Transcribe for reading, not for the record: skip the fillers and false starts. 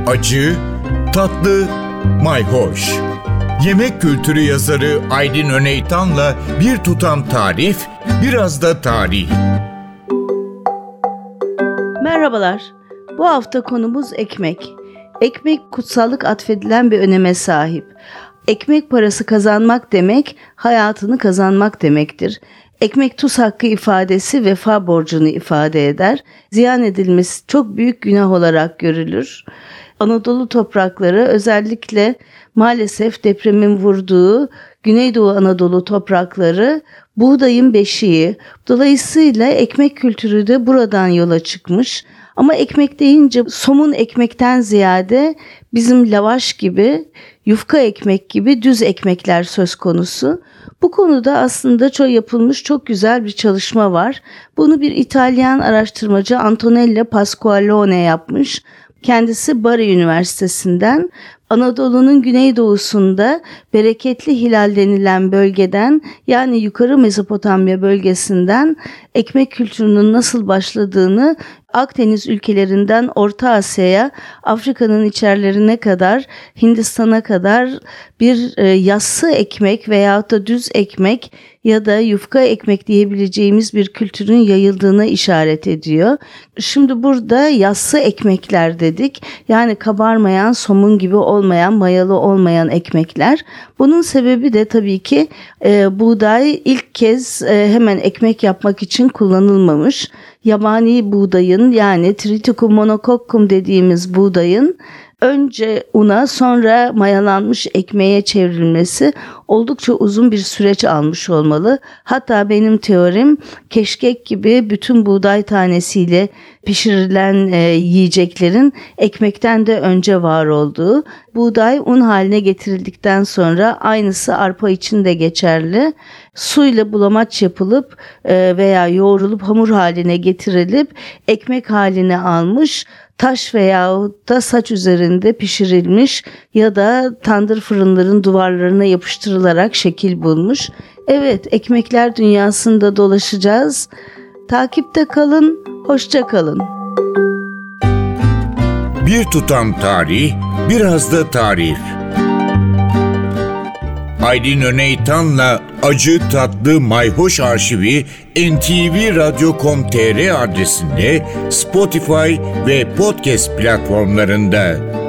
acı, tatlı, mayhoş. Yemek kültürü yazarı Aydin Öneytan'la bir tutam tarif, biraz da tarih. Merhabalar. Bu hafta konumuz ekmek. Ekmek kutsallık atfedilen bir öneme sahip. Ekmek parası kazanmak demek, hayatını kazanmak demektir. Ekmek tuz hakkı ifadesi vefa borcunu ifade eder. Ziyan edilmesi çok büyük günah olarak görülür. Anadolu toprakları özellikle maalesef depremin vurduğu Güneydoğu Anadolu toprakları buğdayın beşiği. Dolayısıyla ekmek kültürü de buradan yola çıkmış. Ama ekmek deyince somun ekmekten ziyade bizim lavaş gibi, yufka ekmek gibi düz ekmekler söz konusu. Bu konuda aslında yapılmış çok güzel bir çalışma var. Bunu bir İtalyan araştırmacı Antonella Pasqualone yapmış. Kendisi Bari Üniversitesi'nden, Anadolu'nun güneydoğusunda Bereketli Hilal denilen bölgeden, yani Yukarı Mezopotamya bölgesinden ekmek kültürünün nasıl başladığını Akdeniz ülkelerinden Orta Asya'ya, Afrika'nın içerilerine kadar, Hindistan'a kadar bir yassı ekmek veyahut da düz ekmek ya da yufka ekmek diyebileceğimiz bir kültürün yayıldığına işaret ediyor. Şimdi burada yassı ekmekler dedik. Yani kabarmayan, somun gibi olmayan, mayalı olmayan ekmekler. Bunun sebebi de tabii ki buğday ilk kez hemen ekmek yapmak için kullanılmamış. Yabani buğdayın, yani Triticum monococcum dediğimiz buğdayın önce una, sonra mayalanmış ekmeğe çevrilmesi oldukça uzun bir süreç almış olmalı. Hatta benim teorim, keşkek gibi bütün buğday tanesiyle pişirilen yiyeceklerin ekmekten de önce var olduğu. Buğday un haline getirildikten sonra, aynısı arpa için de geçerli, suyla bulamaç yapılıp veya yoğrulup hamur haline getirilip ekmek haline almış, taş veyahut da saç üzerinde pişirilmiş ya da tandır fırınların duvarlarına yapıştırılarak şekil bulmuş. Evet, ekmekler dünyasında dolaşacağız. Takipte kalın, hoşça kalın. Bir tutam tarih, biraz da tarif. Aydin Öneytan'la acı, tatlı, mayhoş arşivi ntvradio.com.tr adresinde, Spotify ve podcast platformlarında.